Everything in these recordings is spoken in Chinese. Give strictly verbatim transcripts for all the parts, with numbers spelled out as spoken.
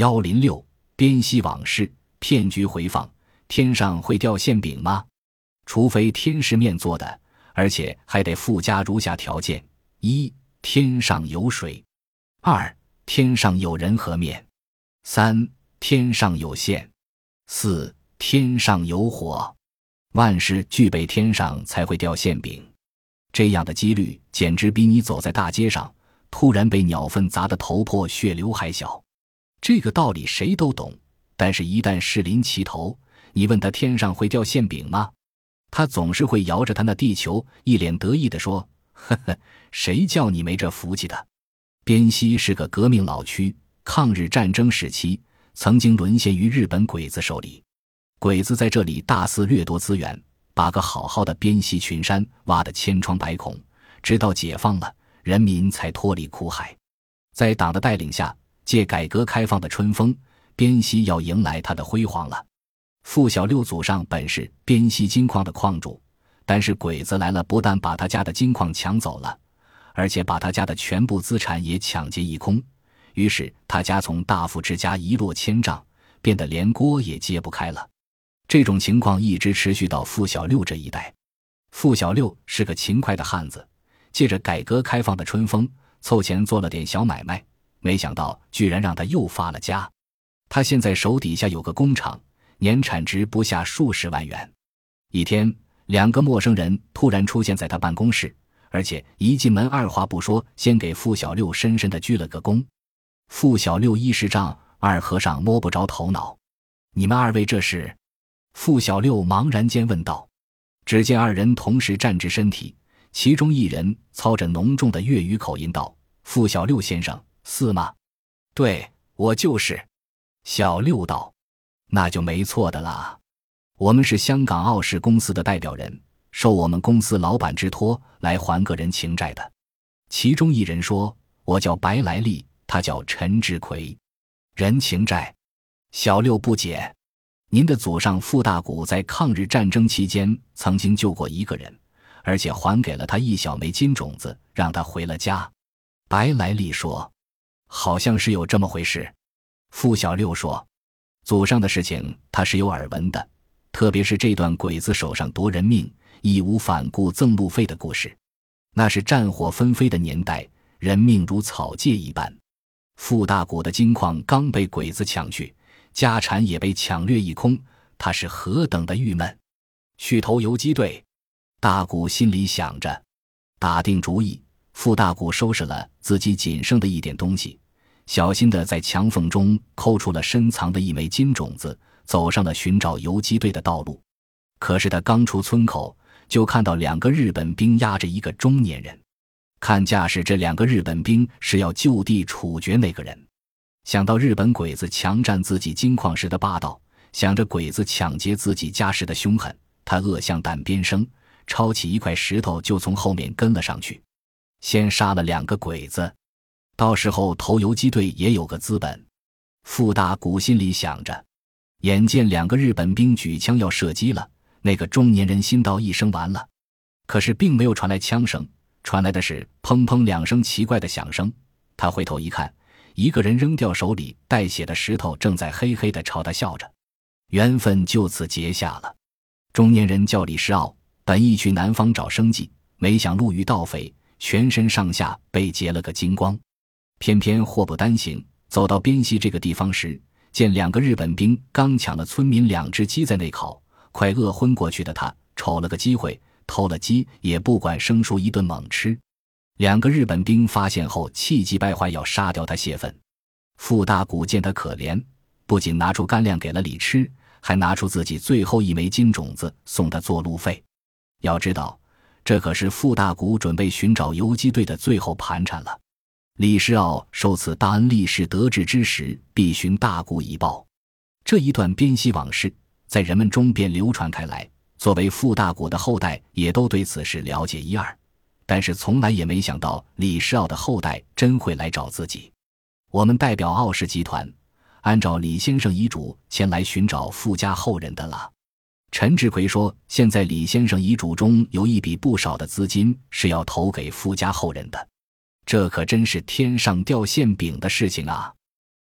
一零六编析往事，骗局回放。天上会掉馅饼吗？除非天是面做的，而且还得附加如下条件：一、天上有水；二、天上有人和面；三、天上有馅；四、天上有火。万事俱备天上才会掉馅饼，这样的几率简直比你走在大街上突然被鸟粪砸得头破血流还小。这个道理谁都懂，但是一旦士临其头，你问他天上会掉馅饼吗？他总是会摇着他那地球，一脸得意地说：呵呵，谁叫你没这福气的。边西是个革命老区，抗日战争时期曾经沦陷于日本鬼子手里。鬼子在这里大肆掠夺资源，把个好好的边西群山挖得千疮百孔，直到解放了，人民才脱离苦海。在党的带领下，借改革开放的春风，边西要迎来它的辉煌了。傅小六祖上本是边西金矿的矿主，但是鬼子来了，不但把他家的金矿抢走了，而且把他家的全部资产也抢劫一空，于是他家从大富之家一落千丈，变得连锅也揭不开了。这种情况一直持续到傅小六这一代。傅小六是个勤快的汉子，借着改革开放的春风，凑钱做了点小买卖，没想到居然让他又发了家。他现在手底下有个工厂，年产值不下数十万元。一天，两个陌生人突然出现在他办公室，而且一进门二话不说，先给傅小六深深地鞠了个躬。傅小六一识账，二和尚摸不着头脑：你们二位这是？傅小六茫然间问道。只见二人同时站直身体，其中一人操着浓重的粤语口音道：傅小六先生，是吗？对，我就是。小六道：那就没错的啦，我们是香港澳视公司的代表人，受我们公司老板之托来还个人情债的。其中一人说：我叫白来利，他叫陈志奎。人情债？小六不解。您的祖上傅大古在抗日战争期间曾经救过一个人，而且还给了他一小枚金种子，让他回了家。白来利说：好像是有这么回事。傅小六说：祖上的事情他是有耳闻的，特别是这段鬼子手上夺人命义无反顾赠路费的故事。那是战火纷飞的年代，人命如草芥一般。傅大古的金矿刚被鬼子抢去，家产也被抢掠一空，他是何等的郁闷。去投游击队，大古心里想着。打定主意，傅大古收拾了自己仅剩的一点东西，小心地在墙缝中抠出了深藏的一枚金种子，走上了寻找游击队的道路。可是他刚出村口，就看到两个日本兵押着一个中年人，看架势这两个日本兵是要就地处决那个人。想到日本鬼子强占自己金矿时的霸道，想着鬼子抢劫自己家时的凶狠，他恶向胆边生，抄起一块石头就从后面跟了上去，先杀了两个鬼子，到时候投游击队也有个资本。傅大古心里想着。眼见两个日本兵举枪要射击了，那个中年人心道一声完了，可是并没有传来枪声，传来的是砰砰两声奇怪的响声。他回头一看，一个人扔掉手里带血的石头，正在嘿嘿地朝他笑着。缘分就此结下了。中年人叫李世奥，本意去南方找生计，没想路遇盗匪，全身上下被劫了个精光。偏偏祸不单行，走到边西这个地方时，见两个日本兵刚抢了村民两只鸡在内烤，快饿昏过去的他瞅了个机会，偷了鸡也不管生疏一顿猛吃。两个日本兵发现后气急败坏，要杀掉他泄愤。傅大古见他可怜，不仅拿出干粮给了李吃，还拿出自己最后一枚金种子送他做路费。要知道，这可是傅大古准备寻找游击队的最后盘缠了。李世奥受此大恩，立誓得志之时必寻大古以报。这一段边西往事在人们中便流传开来，作为傅大古的后代也都对此事了解一二，但是从来也没想到李世奥的后代真会来找自己。我们代表奥氏集团按照李先生遗嘱前来寻找傅家后人的了。陈志奎说，现在李先生遗嘱中有一笔不少的资金是要投给傅家后人的，这可真是天上掉馅饼的事情啊！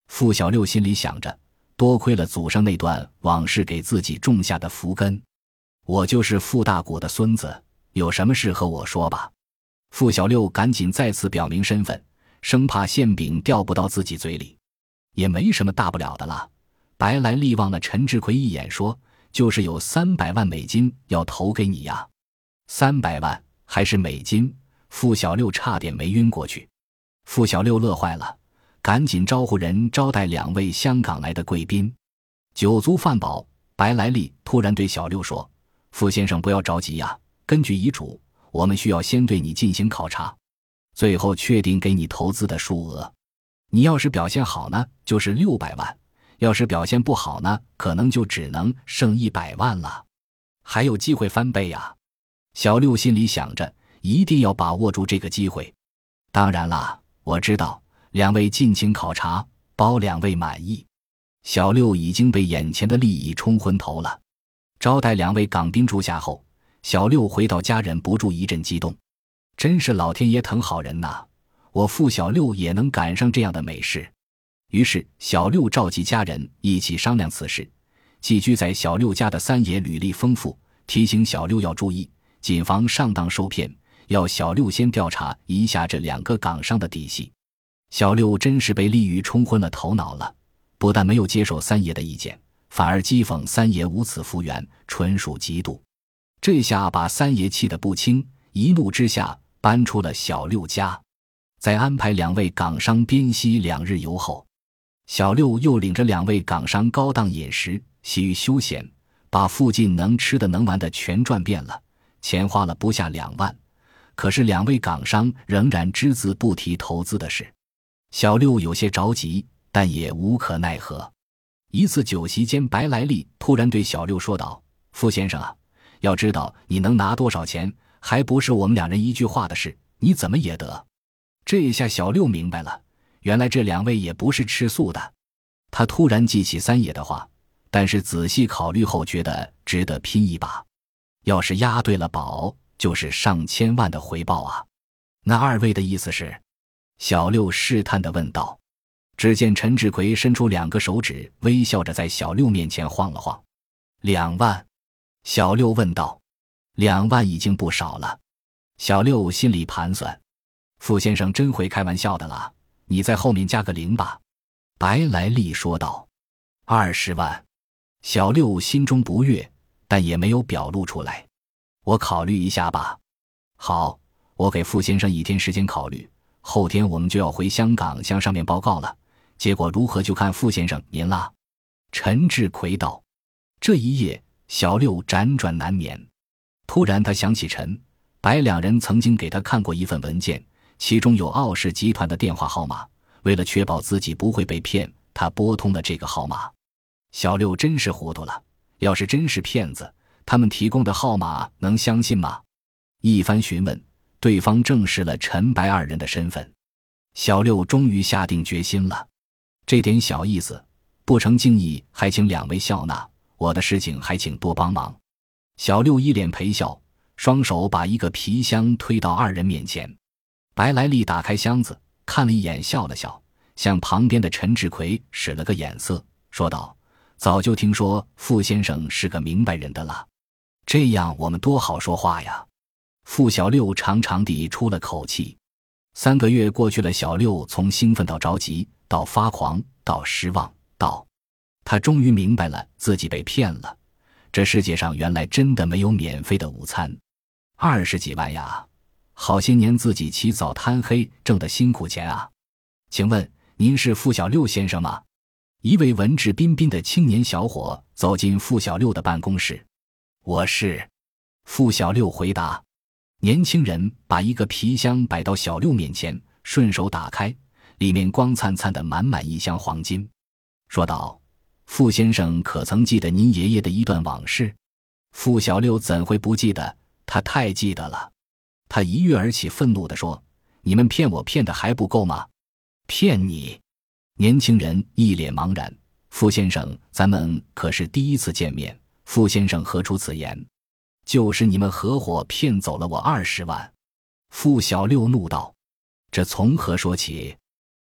傅小六心里想着，多亏了祖上那段往事给自己种下的福根。我就是傅大谷的孙子，有什么事和我说吧。傅小六赶紧再次表明身份，生怕馅饼掉不到自己嘴里。也没什么大不了的了。白来利望了陈志奎一眼，说，就是有三百万美金要投给你呀。三百万还是美金？傅小六差点没晕过去。傅小六乐坏了，赶紧招呼人招待两位香港来的贵宾。酒足饭饱，白来利突然对小六说，傅先生不要着急呀，根据遗嘱，我们需要先对你进行考察，最后确定给你投资的数额。你要是表现好呢，就是六百万，要是表现不好呢，可能就只能剩一百万了，还有机会翻倍呀。小六心里想着，一定要把握住这个机会。当然啦，我知道，两位尽情考察，包两位满意。小六已经被眼前的利益冲昏头了。招待两位港宾住下后，小六回到家，忍不住一阵激动。真是老天爷疼好人呐，我傅小六也能赶上这样的美事。于是小六召集家人一起商量此事。寄居在小六家的三爷履历丰富，提醒小六要注意，谨防上当受骗，要小六先调查一下这两个港商的底细。小六真是被利欲冲昏了头脑了，不但没有接受三爷的意见，反而讥讽三爷无此复原，纯属嫉妒。这下把三爷气得不轻，一怒之下搬出了小六家。在安排两位港商边西两日游后，小六又领着两位港商高档饮食，喜于休闲，把附近能吃的能玩的全转遍了，钱花了不下两万。可是两位港商仍然只字不提投资的事。小六有些着急，但也无可奈何。一次酒席间，白来利突然对小六说道，傅先生啊，要知道你能拿多少钱，还不是我们两人一句话的事，你怎么也得。这下小六明白了，原来这两位也不是吃素的。他突然记起三爷的话，但是仔细考虑后觉得值得拼一把。要是押对了宝，就是上千万的回报啊。那二位的意思是？小六试探地问道。只见陈志奎伸出两个手指，微笑着在小六面前晃了晃。两万？小六问道。两万已经不少了。小六心里盘算，傅先生真会开玩笑的了，你在后面加个零吧。白来利说道。二十万。小六心中不悦，但也没有表露出来。我考虑一下吧。好，我给傅先生一天时间考虑，后天我们就要回香港向上面报告了，结果如何就看傅先生您啦。陈志奎道。这一夜小六辗转难眠。突然他想起陈白两人曾经给他看过一份文件，其中有奥氏集团的电话号码，为了确保自己不会被骗，他拨通了这个号码。小六真是糊涂了，要是真是骗子，他们提供的号码能相信吗？一番询问，对方证实了陈白二人的身份。小六终于下定决心了，这点小意思，不成敬意还请两位笑纳，我的事情还请多帮忙。小六一脸陪笑，双手把一个皮箱推到二人面前。白来利打开箱子，看了一眼，笑了笑，向旁边的陈志奎使了个眼色，说道，早就听说傅先生是个明白人的了，这样我们多好说话呀。傅小六长长地出了口气。三个月过去了，小六从兴奋到着急，到发狂，到失望，到他终于明白了自己被骗了，这世界上原来真的没有免费的午餐。二十几万呀，好些年自己起早贪黑挣的辛苦钱啊。请问您是傅小六先生吗？一位文质彬彬的青年小伙走进傅小六的办公室。我是。傅小六回答。年轻人把一个皮箱摆到小六面前，顺手打开，里面光灿灿的满满一箱黄金，说道，傅先生可曾记得您爷爷的一段往事？傅小六怎会不记得，他太记得了。他一跃而起，愤怒地说，你们骗我骗得还不够吗？骗你？年轻人一脸茫然，傅先生，咱们可是第一次见面，傅先生何出此言？就是你们合伙骗走了我二十万。傅小六怒道，这从何说起？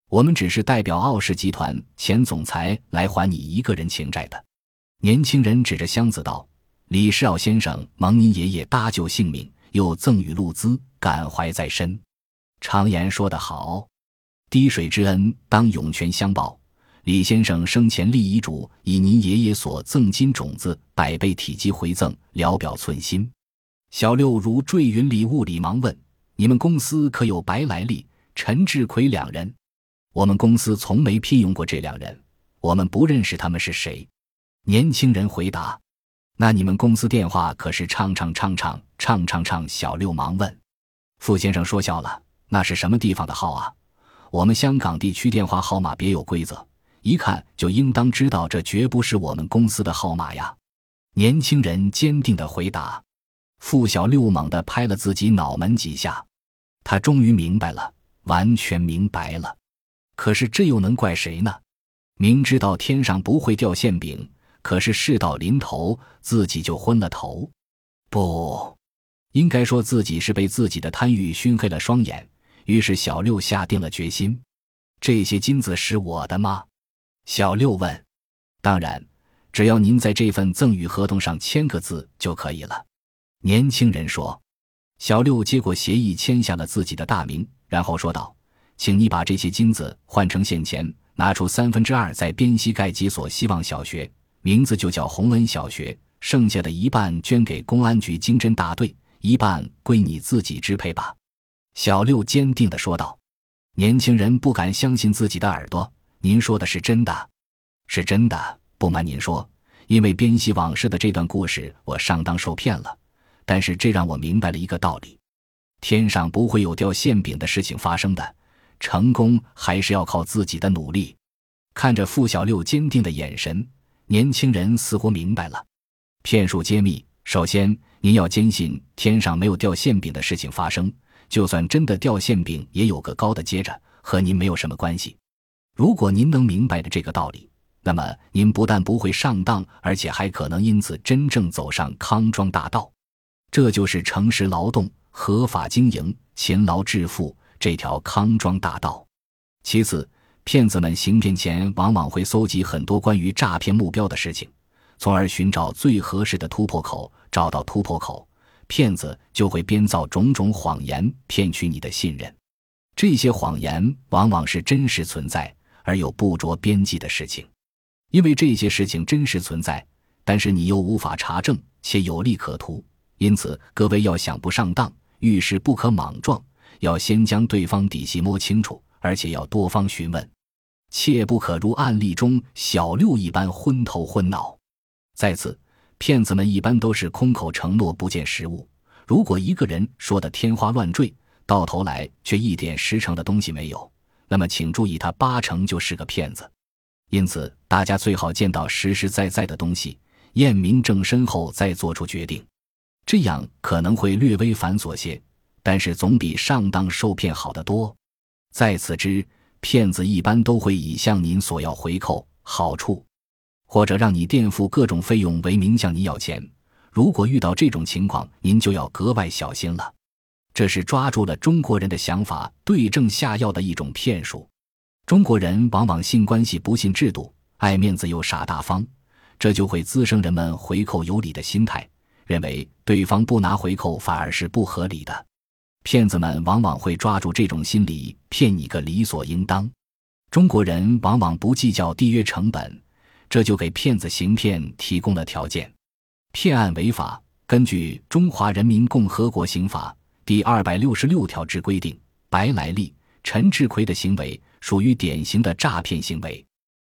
我们只是代表奥氏集团前总裁来还你一个人情债的。年轻人指着箱子道：李世奥先生蒙您爷爷搭救性命，又赠予路资，感怀在身。常言说得好，滴水之恩当涌泉相报。李先生生前立遗嘱，以您爷爷所赠金种子百倍体积回赠，聊表寸心。小六如坠云里雾里，忙问：你们公司可有白来历、陈志奎两人？我们公司从没聘用过这两人，我们不认识他们是谁。年轻人回答：那你们公司电话可是唱唱唱唱唱唱唱？小六忙问。傅先生说笑了：那是什么地方的号啊？我们香港地区电话号码别有规则，一看就应当知道这绝不是我们公司的号码呀。年轻人坚定地回答。傅小六猛地拍了自己脑门几下，他终于明白了，完全明白了。可是这又能怪谁呢？明知道天上不会掉馅饼，可是事到临头自己就昏了头。不，应该说自己是被自己的贪欲熏黑了双眼。于是小六下定了决心：这些金子是我的吗？小六问。当然，只要您在这份赠与合同上签个字就可以了。年轻人说。小六接过协议，签下了自己的大名，然后说道：请你把这些金子换成现钱，拿出三分之二在边西盖几所希望小学，名字就叫洪恩小学，剩下的一半捐给公安局经侦大队，一半归你自己支配吧。小六坚定地说道。年轻人不敢相信自己的耳朵：您说的是真的？是真的，不瞒您说，因为边西往事的这段故事我上当受骗了，但是这让我明白了一个道理：天上不会有掉馅饼的事情发生的，成功还是要靠自己的努力。看着傅小六坚定的眼神，年轻人似乎明白了。骗术揭秘：首先，您要坚信天上没有掉馅饼的事情发生，就算真的掉馅饼也有个高的接着，和您没有什么关系。如果您能明白的这个道理，那么您不但不会上当，而且还可能因此真正走上康庄大道。这就是诚实劳动、合法经营、勤劳致富这条康庄大道。其次，骗子们行骗前往往会搜集很多关于诈骗目标的事情，从而寻找最合适的突破口。找到突破口，骗子就会编造种种谎言，骗取你的信任。这些谎言往往是真实存在而又不着边际的事情。因为这些事情真实存在，但是你又无法查证且有利可图，因此各位要想不上当，遇事不可莽撞，要先将对方底细摸清楚，而且要多方询问，切不可如案例中小六一般昏头昏脑。再次，骗子们一般都是空口承诺不见实物，如果一个人说的天花乱坠，到头来却一点实诚的东西没有，那么请注意，他八成就是个骗子。因此大家最好见到实实在在的东西，验明正身后再做出决定。这样可能会略微繁琐些，但是总比上当受骗好得多。在此之，骗子一般都会以向您索要回扣、好处，或者让你垫付各种费用为名向你要钱。如果遇到这种情况，您就要格外小心了。这是抓住了中国人的想法，对症下药的一种骗术。中国人往往信关系不信制度，爱面子又傻大方，这就会滋生人们回扣有理的心态，认为对方不拿回扣反而是不合理的。骗子们往往会抓住这种心理，骗你个理所应当。中国人往往不计较缔约成本，这就给骗子行骗提供了条件。骗案违法，根据《中华人民共和国刑法》第二百六十六条之规定，白来历、陈志奎的行为属于典型的诈骗行为。